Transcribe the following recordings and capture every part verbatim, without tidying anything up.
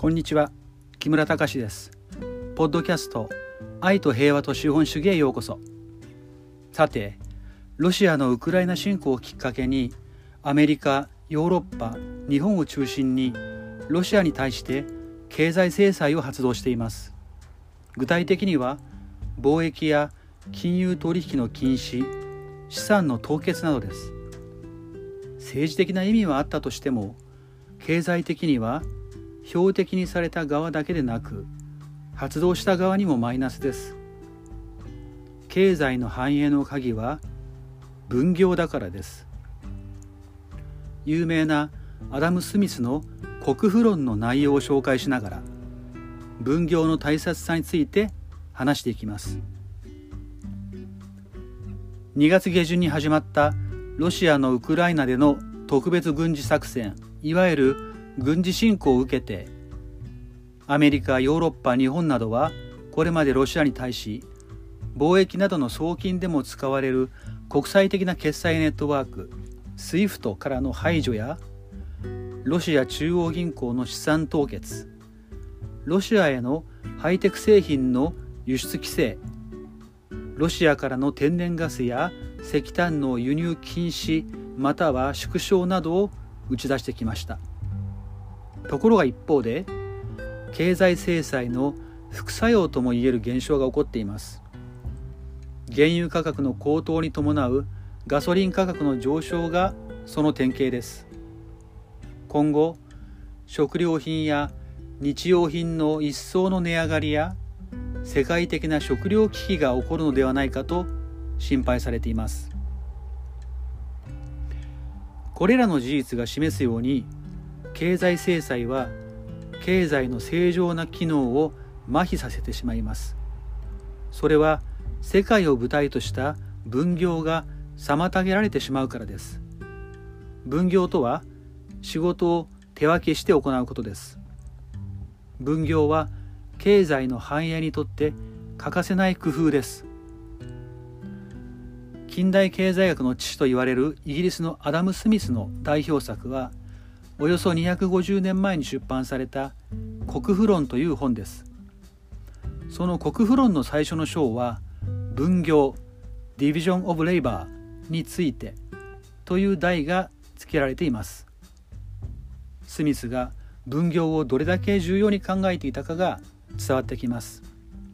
こんにちは、木村隆です。ポッドキャスト愛と平和と資本主義へようこそ。さて、ロシアのウクライナ侵攻をきっかけにアメリカ、ヨーロッパ、日本を中心にロシアに対して経済制裁を発動しています。具体的には貿易や金融取引の禁止、資産の凍結などです。政治的な意味はあったとしても、経済的には標的にされた側だけでなく、発動した側にもマイナスです。経済の繁栄の鍵は分業だからです。有名なアダム・スミスの国富論の内容を紹介しながら、分業の大切さについて話していきます。にがつ下旬に始まったロシアのウクライナでの特別軍事作戦、いわゆる軍事侵攻を受けて、アメリカ、ヨーロッパ、日本などはこれまでロシアに対し、貿易などの送金でも使われる国際的な決済ネットワーク スイフト からの排除や、ロシア中央銀行の資産凍結、ロシアへのハイテク製品の輸出規制、ロシアからの天然ガスや石炭の輸入禁止または縮小などを打ち出してきました。ところが一方で、経済制裁の副作用ともいえる現象が起こっています。原油価格の高騰に伴うガソリン価格の上昇がその典型です。今後、食料品や日用品の一層の値上がりや世界的な食料危機が起こるのではないかと心配されています。これらの事実が示すように、経済制裁は経済の正常な機能を麻痺させてしまいます。それは世界を舞台とした分業が妨げられてしまうからです。分業とは仕事を手分けして行うことです。分業は経済の繁栄にとって欠かせない工夫です。近代経済学の父と言われるイギリスのアダム・スミスの代表作は、およそにひゃくごじゅうねんまえに出版された国富論という本です。その国富論の最初の章は、分業 Division of Labor についてという題が付けられています。スミスが分業をどれだけ重要に考えていたかが伝わってきます。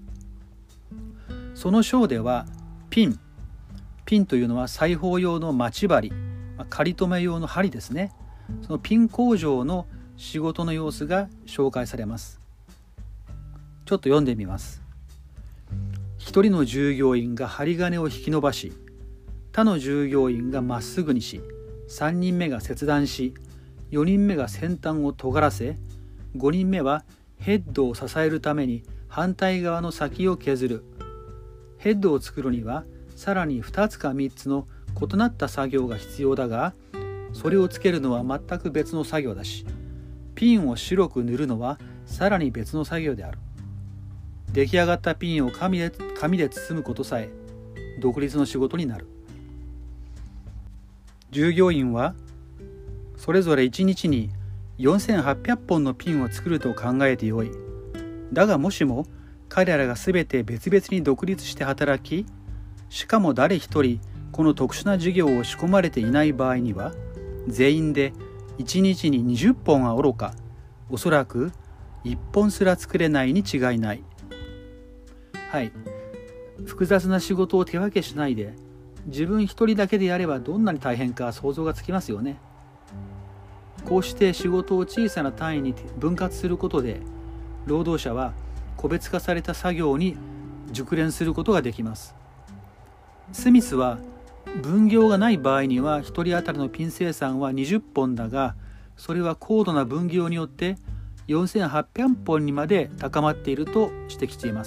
その章では、ピンピンというのは裁縫用の待ち針、仮留め用の針ですね。そのピン工場の仕事の様子が紹介されます。ちょっと読んでみます。一人の従業員が針金を引き伸ばし、他の従業員がまっすぐにし、三人目が切断し、四人目が先端を尖らせ、五人目はヘッドを支えるために反対側の先を削る。ヘッドを作るにはさらに二つか三つの異なった作業が必要だが、それをつけるのは全く別の作業だし、ピンを白く塗るのはさらに別の作業である。出来上がったピンを紙で、紙で包むことさえ独立の仕事になる。従業員はそれぞれいちにちによんせんはっぴゃっぽんのピンを作ると考えてよい。だがもしも彼らがすべて別々に独立して働き、しかも誰一人この特殊な事業を仕込まれていない場合には、全員でいちにちににじゅっぽんはおろか、おそらくいっぽんすら作れないに違いない。はい、複雑な仕事を手分けしないで自分一人だけでやればどんなに大変か想像がつきますよね。こうして仕事を小さな単位に分割することで、労働者は個別化された作業に熟練することができます。スミスは分業がない場合にはひとり当たりのピン生産はにじゅっぽんだが、それは高度な分業によってよんせんはっぴゃっぽんにまで高まっていると指摘しています。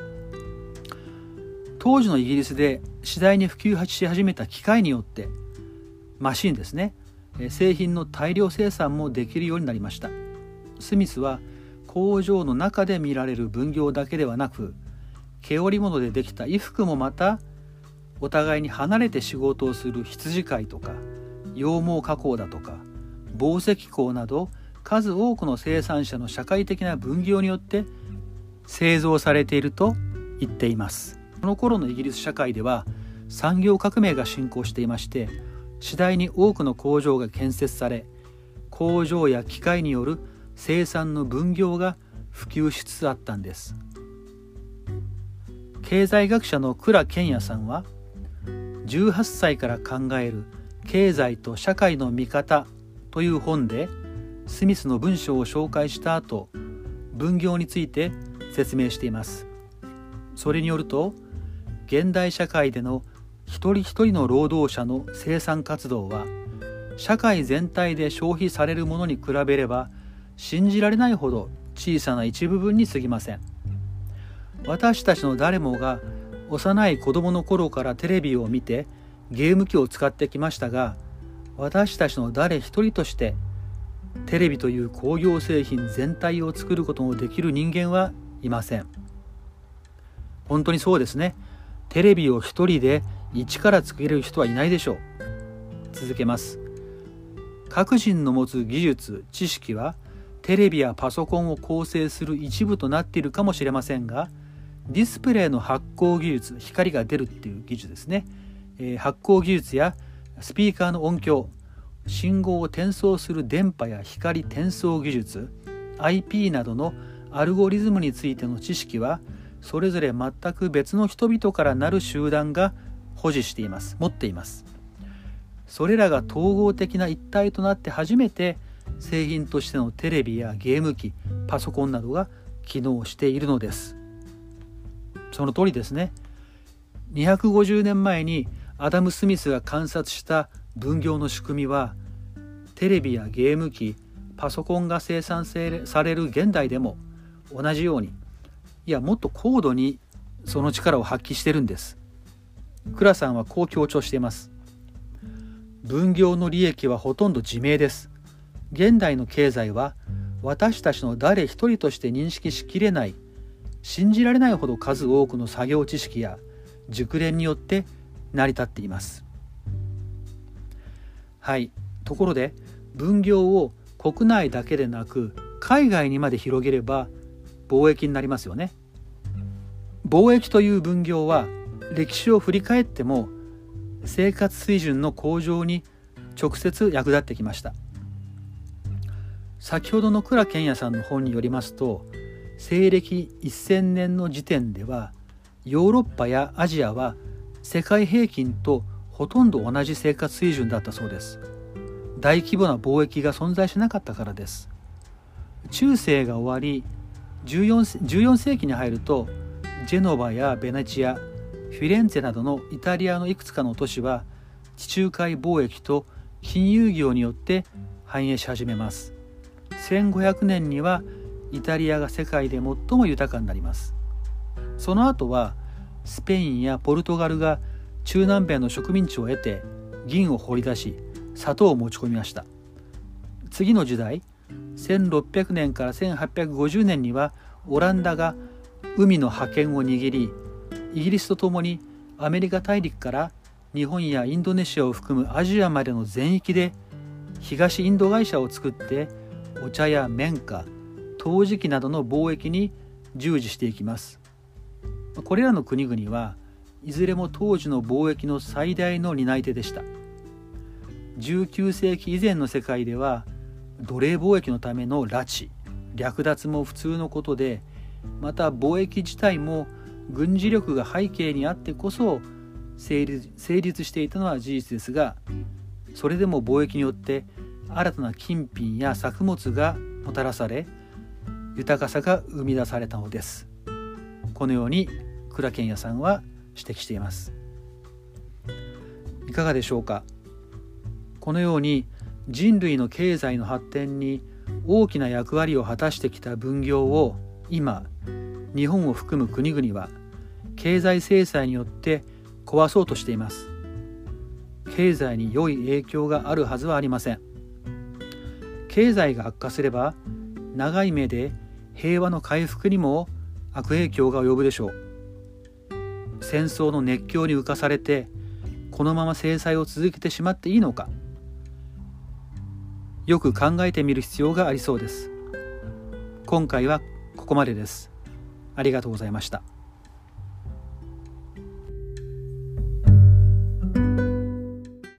当時のイギリスで次第に普及し始めた機械によって、マシンですね、製品の大量生産もできるようになりました。スミスは工場の中で見られる分業だけではなく、毛織物でできた衣服もまたお互いに離れて仕事をする羊飼いとか羊毛加工だとか紡績工など数多くの生産者の社会的な分業によって製造されていると言っています。この頃のイギリス社会では産業革命が進行していまして、次第に多くの工場が建設され、工場や機械による生産の分業が普及しつつあったんです。経済学者の倉健也さんは、じゅうはっさいから考える経済と社会の見方という本でスミスの文章を紹介した後、分業について説明しています。それによると、現代社会での一人一人の労働者の生産活動は社会全体で消費されるものに比べれば信じられないほど小さな一部分に過ぎません。私たちの誰もが幼い子供の頃からテレビを見てゲーム機を使ってきましたが、私たちの誰一人としてテレビという工業製品全体を作ることのできる人間はいません。本当にそうですね。テレビを一人で一から作れる人はいないでしょう。続けます。各人の持つ技術、知識はテレビやパソコンを構成する一部となっているかもしれませんが、ディスプレイの発光技術、光が出るっていう技術ですね、えー、発光技術やスピーカーの音響、信号を転送する電波や光転送技術、 アイピー などのアルゴリズムについての知識はそれぞれ全く別の人々からなる集団が保持しています、持っています。それらが統合的な一体となって初めて製品としてのテレビやゲーム機、パソコンなどが機能しているのです。その通りですね。にひゃくごじゅうねんまえにアダム・スミスが観察した分業の仕組みは、テレビやゲーム機、パソコンが生産される現代でも同じように、いやもっと高度にその力を発揮してるんです。倉さんはこう強調しています。分業の利益はほとんど自明です。現代の経済は私たちの誰一人として認識しきれない、信じられないほど数多くの作業知識や熟練によって成り立っています。はい。ところで分業を国内だけでなく海外にまで広げれば貿易になりますよね。貿易という分業は歴史を振り返っても生活水準の向上に直接役立ってきました。先ほどの倉健也さんの本によりますと、西暦せんねんの時点ではヨーロッパやアジアは世界平均とほとんど同じ生活水準だったそうです。大規模な貿易が存在しなかったからです。中世が終わり、じゅうよん、じゅうよん世紀に入るとジェノバやベネチア、フィレンツェなどのイタリアのいくつかの都市は地中海貿易と金融業によって繁栄し始めます。せんごひゃくねんにはイタリアが世界で最も豊かになります。その後はスペインやポルトガルが中南米の植民地を得て銀を掘り出し砂糖を持ち込みました。次の時代、せんろっぴゃくねんからせんはっぴゃくごじゅうねんにはオランダが海の覇権を握り、イギリスとともにアメリカ大陸から日本やインドネシアを含むアジアまでの全域で東インド会社を作ってお茶や綿花、陶磁器などの貿易に従事していきます。これらの国々はいずれも当時の貿易の最大の担い手でした。じゅうきゅう世紀以前の世界では奴隷貿易のための拉致、略奪も普通のことで、また貿易自体も軍事力が背景にあってこそ成立、成立していたのは事実ですが、それでも貿易によって新たな金品や作物がもたらされ、豊かさが生み出されたのです。このように倉健也さんは指摘しています。いかがでしょうか。このように人類の経済の発展に大きな役割を果たしてきた分業を今、日本を含む国々は経済制裁によって壊そうとしています。経済に良い影響があるはずはありません。経済が悪化すれば長い目で平和の回復にも悪影響が及ぶでしょう。戦争の熱狂に浮かされてこのまま制裁を続けてしまっていいのか。 よく考えてみる必要がありそうです。今回はここまでです。ありがとうございました。